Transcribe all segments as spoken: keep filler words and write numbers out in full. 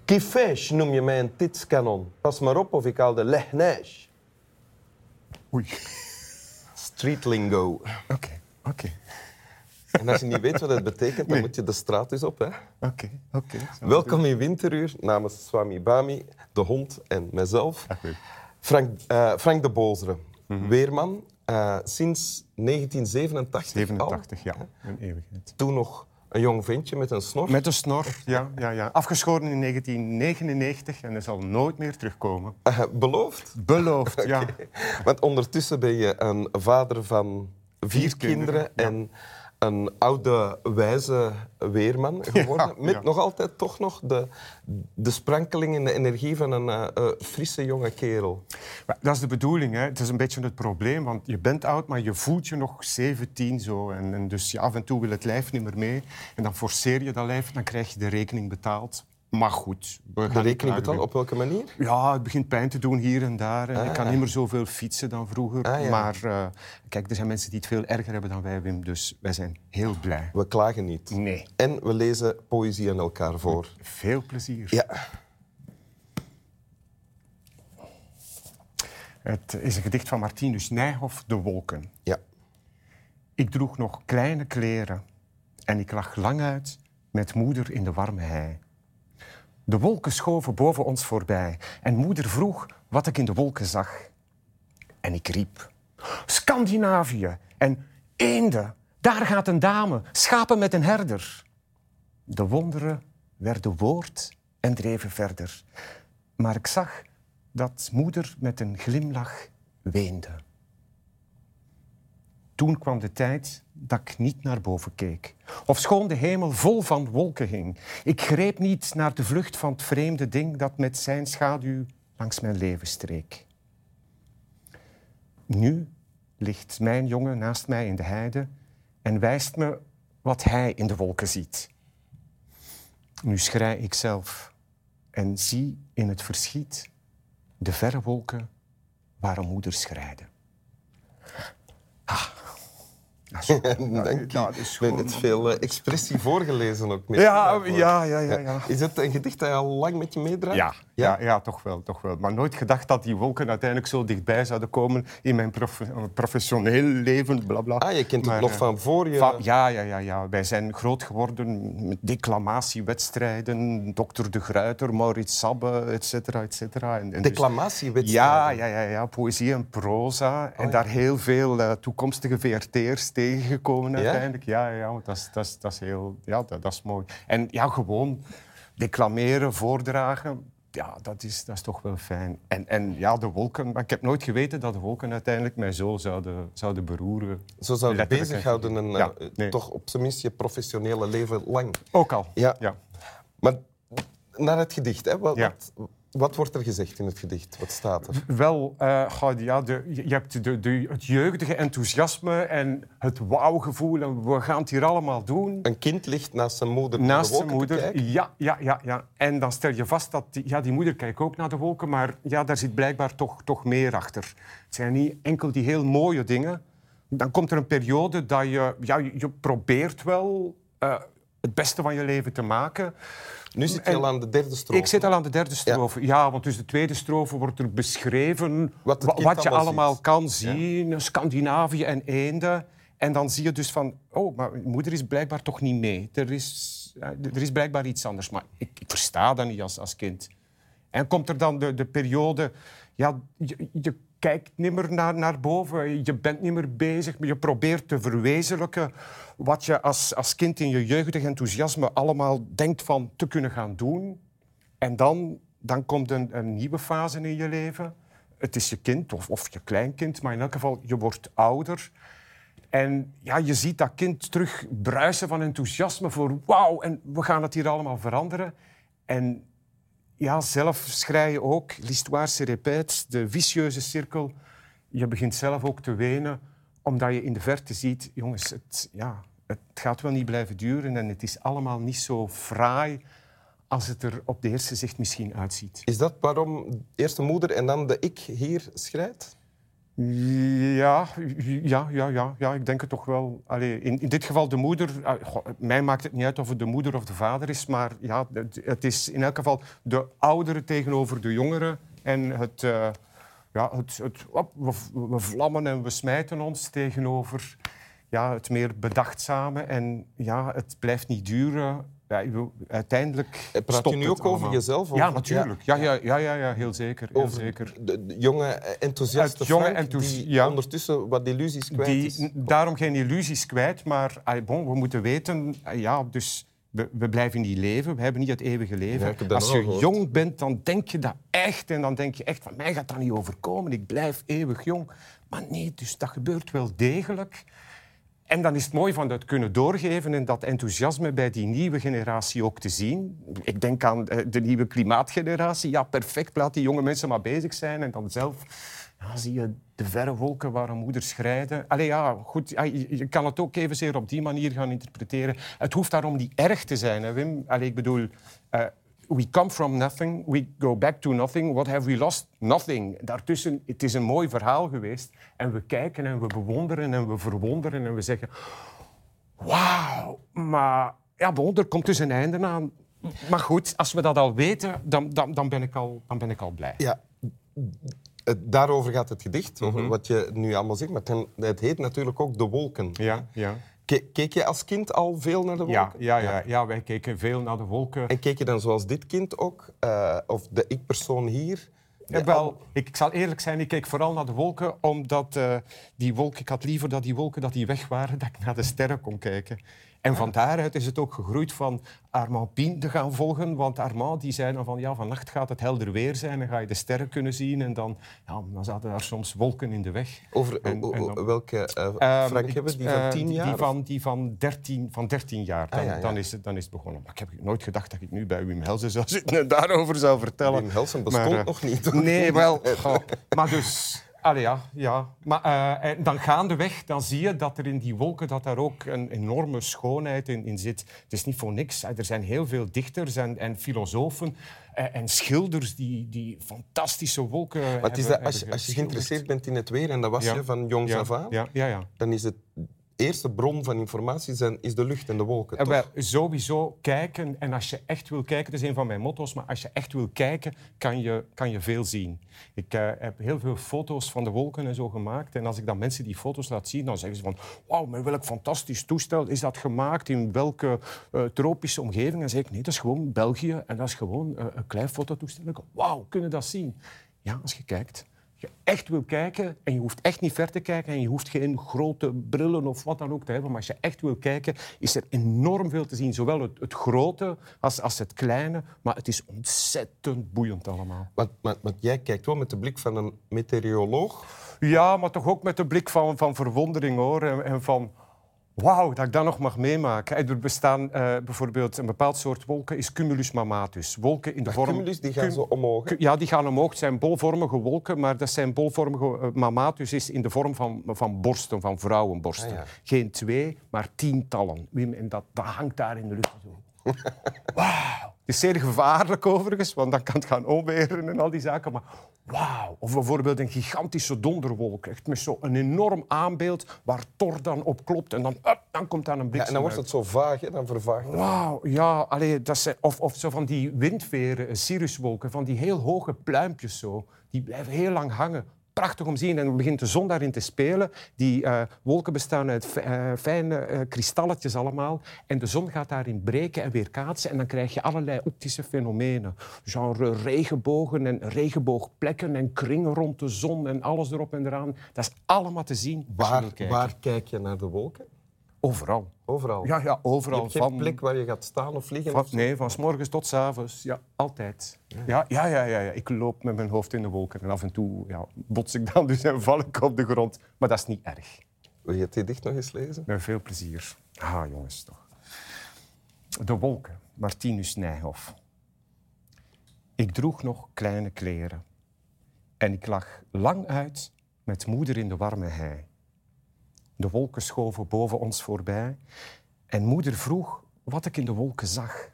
Kiffesh noem je mijn titskanon. Pas maar op of ik haal de lehnesh. Oei. Street lingo. Oké, okay, oké. Okay. En als je niet weet wat het betekent, dan nee. moet je de straat dus op. Oké, oké. Okay, okay. Welkom in Winteruur namens Swami Bami, de hond en mijzelf. Frank, uh, Frank de Bozere, mm-hmm. weerman, uh, sinds negentien zevenentachtig zevenentachtig, al. ja, een eeuwigheid. Toen nog een jong ventje met een snor. Met een snor, ja. ja, ja. Afgeschoren in negentien negenennegentig en hij zal nooit meer terugkomen. Uh, beloofd? Beloofd, okay. ja. Want ondertussen ben je een vader van vier, vier kinderen, kinderen ja. en een oude, wijze weerman geworden. Ja, met ja. nog altijd toch nog de, de sprankeling en de energie van een uh, uh, frisse jonge kerel. Maar dat is de bedoeling. Hè. Het is een beetje het probleem, want je bent oud, maar je voelt je nog zeventien zo. En, en dus ja, af en toe wil het lijf niet meer mee. En dan forceer je dat lijf, dan krijg je de rekening betaald. Maar goed. We de rekening betalen? Op welke manier? Ja, het begint pijn te doen hier en daar. Ah, ik kan ja. niet meer zoveel fietsen dan vroeger. Ah, ja. Maar uh, kijk, er zijn mensen die het veel erger hebben dan wij, Wim. Dus wij zijn heel blij. We klagen niet. Nee. En we lezen poëzie aan elkaar voor. Met veel plezier. Ja. Het is een gedicht van Martinus Nijhoff, De Wolken. Ja. Ik droeg nog kleine kleren en ik lag lang uit met moeder in de warme hei. De wolken schoven boven ons voorbij en moeder vroeg wat ik in de wolken zag. En ik riep, Scandinavië en eenden, daar gaat een dame, schapen met een herder. De wonderen werden woord en dreven verder. Maar ik zag dat moeder met een glimlach weende. Toen kwam de tijd dat ik niet naar boven keek. Ofschoon de hemel vol van wolken hing. Ik greep niet naar de vlucht van het vreemde ding dat met zijn schaduw langs mijn leven streek. Nu ligt mijn jongen naast mij in de heide en wijst me wat hij in de wolken ziet. Nu schrei ik zelf en zie in het verschiet de verre wolken waar een moeder schreide. Ah. Ja, dank je. Ja, is gewoon... met veel uh, expressie voorgelezen ook. Met ja, ja, ja, ja, ja. Is het een gedicht dat je al lang met je meedraagt? Ja, ja? Ja, ja toch, wel, toch wel. Maar nooit gedacht dat die wolken uiteindelijk zo dichtbij zouden komen in mijn prof- professioneel leven. Blabla. Ah, je kent het maar, nog uh, van voor je... Va- ja, ja, ja, ja. Wij zijn groot geworden met declamatiewedstrijden. dokter De Gruyter, Maurits Sabbe, et cetera, et cetera. En, en declamatiewedstrijden? Ja, ja, ja, ja, poëzie en proza. Oh, en ja. daar heel veel uh, toekomstige V R T'ers tegengekomen uiteindelijk. Ja, ja, ja want dat is, dat is, dat is heel... Ja, dat, dat is mooi. En ja, gewoon declameren, voordragen, ja, dat is, dat is toch wel fijn. En, en ja, de wolken... Maar ik heb nooit geweten dat de wolken uiteindelijk mij zo zouden, zouden beroeren. Zo zouden bezighouden en ja, nee. toch op zijn minst je professionele leven lang. Ook al, ja. ja. Maar naar het gedicht, hè. Wat, ja. wat, wat wordt er gezegd in het gedicht? Wat staat er? Wel, uh, ja, de, je hebt de, de, het jeugdige enthousiasme en het wauwgevoel en we gaan het hier allemaal doen. Een kind ligt naast zijn moeder naar naast de wolken zijn moeder, te kijken? Ja, ja, ja, ja. En dan stel je vast dat die, ja, die moeder kijkt ook naar de wolken, maar ja, daar zit blijkbaar toch, toch meer achter. Het zijn niet enkel die heel mooie dingen. Dan komt er een periode dat je... Ja, je probeert wel uh, het beste van je leven te maken. Nu zit je en al aan de derde strofe. Ik zit al aan de derde strofe, ja. ja want dus de tweede strofe wordt er beschreven wat, wa- wat je allemaal ziet. kan zien. Ja. Scandinavië en eenden. En dan zie je dus van, oh, maar moeder is blijkbaar toch niet mee. Er is, er is blijkbaar iets anders. Maar ik, ik versta dat niet als, als kind. En komt er dan de, de periode... Ja, je, je kijkt niet meer naar, naar boven. Je bent niet meer bezig. Maar je probeert te verwezenlijken wat je als, als kind in je jeugdig enthousiasme allemaal denkt van te kunnen gaan doen. En dan, dan komt een, een nieuwe fase in je leven. Het is je kind of, of je kleinkind, maar in elk geval, je wordt ouder. En ja, je ziet dat kind terug bruisen van enthousiasme voor wauw, en we gaan het hier allemaal veranderen. En ja, zelf schrij je ook, l'histoire se répète, de vicieuze cirkel. Je begint zelf ook te wenen, omdat je in de verte ziet, jongens, het, ja, het gaat wel niet blijven duren en het is allemaal niet zo fraai als het er op de eerste zicht misschien uitziet. Is dat waarom eerst de moeder en dan de ik hier schrijft? Ja, ja, ja, ja, ja, ik denk het toch wel. Allee, in, in dit geval de moeder. Goh, mij maakt het niet uit of het de moeder of de vader is, maar ja, het, het is in elk geval de oudere tegenover de jongere. En het, uh, ja, het, het, op, we, we vlammen en we smijten ons tegenover ja, het meer bedachtzame. En ja, het blijft niet duren. Ja, uiteindelijk praat je nu ook over jezelf? Over? Ja, natuurlijk. Ja, ja, ja, ja, ja, heel zeker. Heel over zeker. De, de jonge, enthousiaste jonge Frank enthousi- die ja. ondertussen wat illusies kwijt die, is. Daarom geen illusies kwijt, maar ah, bon, we moeten weten... Ja, dus we, we blijven niet leven, we hebben niet het eeuwige leven. Ja, Als je jong bent, dan denk je dat echt. En dan denk je echt, van mij gaat dat niet overkomen. Ik blijf eeuwig jong. Maar nee, dus dat gebeurt wel degelijk... En dan is het mooi van dat kunnen doorgeven en dat enthousiasme bij die nieuwe generatie ook te zien. Ik denk aan de nieuwe klimaatgeneratie. Ja, perfect, laat die jonge mensen maar bezig zijn. En dan zelf ja, zie je de verre wolken waar een moeder schrijden. Allee, ja, goed, je kan het ook evenzeer op die manier gaan interpreteren. Het hoeft daarom niet erg te zijn, hè, Wim. Allee, ik bedoel... Uh, We come from nothing, we go back to nothing. What have we lost? Nothing. Daartussen, het is een mooi verhaal geweest. En we kijken en we bewonderen en we verwonderen en we zeggen... Wauw, maar ja, bon, er komt dus een einde aan. Maar goed, als we dat al weten, dan, dan, dan, ben, ik al, dan ben ik al blij. Ja, daarover gaat het gedicht, over Mm-hmm. wat je nu allemaal zegt. Maar het, het heet natuurlijk ook De Wolken. Ja, ja. Keek je als kind al veel naar de wolken? Ja, ja, ja, ja, wij keken veel naar de wolken. En keek je dan zoals dit kind ook? Uh, of de ik-persoon hier? Ja, wel, ik, ik zal eerlijk zijn, ik keek vooral naar de wolken, omdat uh, die wolken, ik had liever dat die wolken dat die weg waren, dat ik naar de sterren kon kijken. En van daaruit is het ook gegroeid van Armand Pien te gaan volgen. Want Armand die zei dan van, ja, vannacht gaat het helder weer zijn en ga je de sterren kunnen zien. En dan, ja, dan zaten daar soms wolken in de weg. Over en, en dan, welke uh, Frank uh, hebben we? Die van tien jaar? Die van, die van, dertien, van dertien jaar. Dan, ah, ja, ja. dan, is, het, dan is het begonnen. Maar ik heb nooit gedacht dat ik nu bij Wim Helsen zou zitten en daarover zou vertellen. Wim Helsen bestond maar, uh, nog niet. Hoor. Nee, wel. Oh, maar dus... Allee, ja, ja. Maar uh, dan gaandeweg dan zie je dat er in die wolken dat daar ook een enorme schoonheid in, in zit. Het is niet voor niks. Er zijn heel veel dichters en, en filosofen uh, en schilders die, die fantastische wolken maar hebben, is dat, als, je, als je geïnteresseerd bent in het weer, en dat was ja. je van jongs ja. af aan, ja, ja, ja. dan is het... De eerste bron van informatie zijn, is de lucht en de wolken, toch? Wel, sowieso kijken. En als je echt wil kijken, dat is een van mijn motto's, maar als je echt wil kijken, kan je, kan je veel zien. Ik uh, heb heel veel foto's van de wolken en zo gemaakt. En als ik dan mensen die foto's laat zien, dan zeggen ze van wauw, met welk fantastisch toestel is dat gemaakt? In welke uh, tropische omgeving? En dan zeg ik, nee, dat is gewoon België. En dat is gewoon uh, een klein fototoestel. Wauw, kunnen dat zien? Ja, als je kijkt. Als je echt wil kijken, en je hoeft echt niet ver te kijken en je hoeft geen grote brillen of wat dan ook te hebben, maar als je echt wil kijken, is er enorm veel te zien. Zowel het, het grote als, als het kleine, maar het is ontzettend boeiend allemaal. Want, maar, maar jij kijkt wel met de blik van een meteoroloog? Ja, maar toch ook met de blik van, van verwondering, hoor. En, en van... Wauw, dat ik dat nog mag meemaken. Er bestaan uh, bijvoorbeeld een bepaald soort wolken, is cumulus mammatus. Wolken in de maar vorm... Cumulus, die gaan cum... zo omhoog? Ja, die gaan omhoog. Het zijn bolvormige wolken, maar dat zijn bolvormige... Uh, mammatus is in de vorm van, van borsten, van vrouwenborsten. Ah, ja. Geen twee, maar tientallen. En dat, dat hangt daar in de lucht. Zo. Wauw. Het is zeer gevaarlijk overigens, want dan kan het gaan onweren en al die zaken. Maar wauw. Of bijvoorbeeld een gigantische donderwolk. Echt met zo'n enorm aanbeeld waar Thor dan op klopt. En dan, up, dan komt daar een bliksem. Ja, en dan wordt het zo vaag, hè? Dan vervaagt het. Wauw, ja. Allee, dat zijn, of, of zo van die windveren, cirruswolken, van die heel hoge pluimpjes zo. Die blijven heel lang hangen. Prachtig om te zien. En dan begint de zon daarin te spelen. Die uh, wolken bestaan uit uh, fijne uh, kristalletjes allemaal. En de zon gaat daarin breken en weerkaatsen. En dan krijg je allerlei optische fenomenen. Genre regenbogen en regenboogplekken en kringen rond de zon en alles erop en eraan. Dat is allemaal te zien. Waar, waar kijk je naar de wolken? Overal. Overal? Ja, ja, overal. Je hebt geen van, plek waar je gaat staan of vliegen? Van, of nee, van 's morgens tot 's avonds. Ja, altijd. Ja, ja, ja, ja, ja. Ik loop met mijn hoofd in de wolken. En af en toe ja, bots ik dan dus en val ik op de grond. Maar dat is niet erg. Wil je het gedicht nog eens lezen? Met veel plezier. Ah, jongens, toch. De wolken, Martinus Nijhoff. Ik droeg nog kleine kleren. En ik lag lang uit met moeder in de warme hei. De wolken schoven boven ons voorbij en moeder vroeg wat ik in de wolken zag.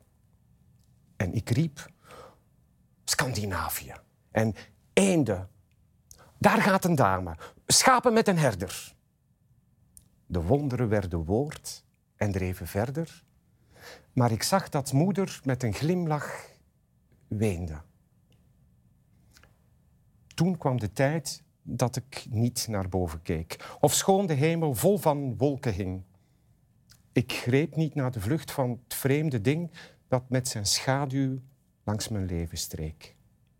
En ik riep Scandinavië en eenden, Daar gaat een dame. Schapen met een herder. De wonderen werden woord en dreven verder. Maar ik zag dat moeder met een glimlach weende. Toen kwam de tijd dat ik niet naar boven keek. Ofschoon de hemel vol van wolken hing. Ik greep niet naar de vlucht van het vreemde ding dat met zijn schaduw langs mijn leven streek.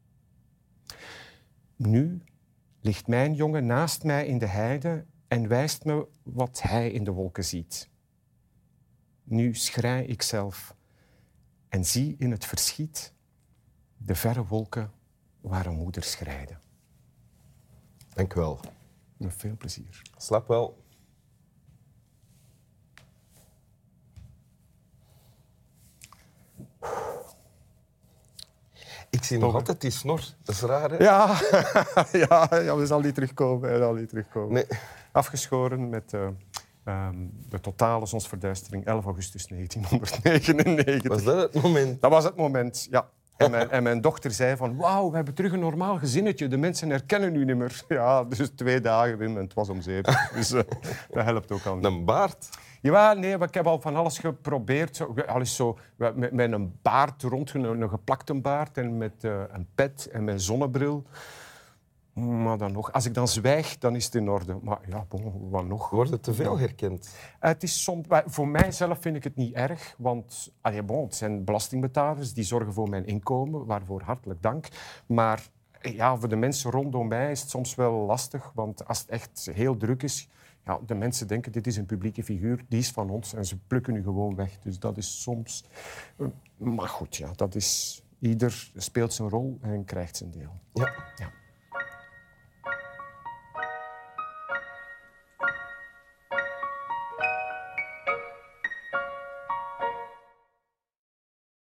Nu ligt mijn jongen naast mij in de heide en wijst me wat hij in de wolken ziet. Nu schrei ik zelf en zie in het verschiet de verre wolken waar een moeder schreide. Dank u wel. Met veel plezier. Slaap wel. Ik zie nog Toch. altijd die snor. Dat is raar, hè? Ja, ja, ja, we zal niet terugkomen. Hij zal niet terugkomen. Nee. Afgeschoren met uh, um, de totale zonsverduistering elf augustus negentienhonderdnegenennegentig. Was dat het moment? Dat was het moment, ja. En mijn, en mijn dochter zei van, wauw, we hebben terug een normaal gezinnetje. De mensen herkennen u niet meer. Ja, dus twee dagen, Wim, en het was om zeven. Dus uh, dat helpt ook al niet. Een baard? Ja, nee, ik heb al van alles geprobeerd. Zo, alles zo, met, met een baard rond, een, een geplakte baard en met uh, een pet en mijn zonnebril. Maar dan nog, als ik dan zwijg, dan is het in orde. Maar ja, bon, wat nog? Wordt het te veel herkend? Het is soms, voor mijzelf vind ik het niet erg, want allee, bon, het zijn belastingbetalers die zorgen voor mijn inkomen, waarvoor hartelijk dank. Maar ja, voor de mensen rondom mij is het soms wel lastig, want als het echt heel druk is, ja, de mensen denken dit is een publieke figuur, die is van ons en ze plukken u gewoon weg. Dus dat is soms... Maar goed, ja, dat is... Ieder speelt zijn rol en krijgt zijn deel. Ja. Ja.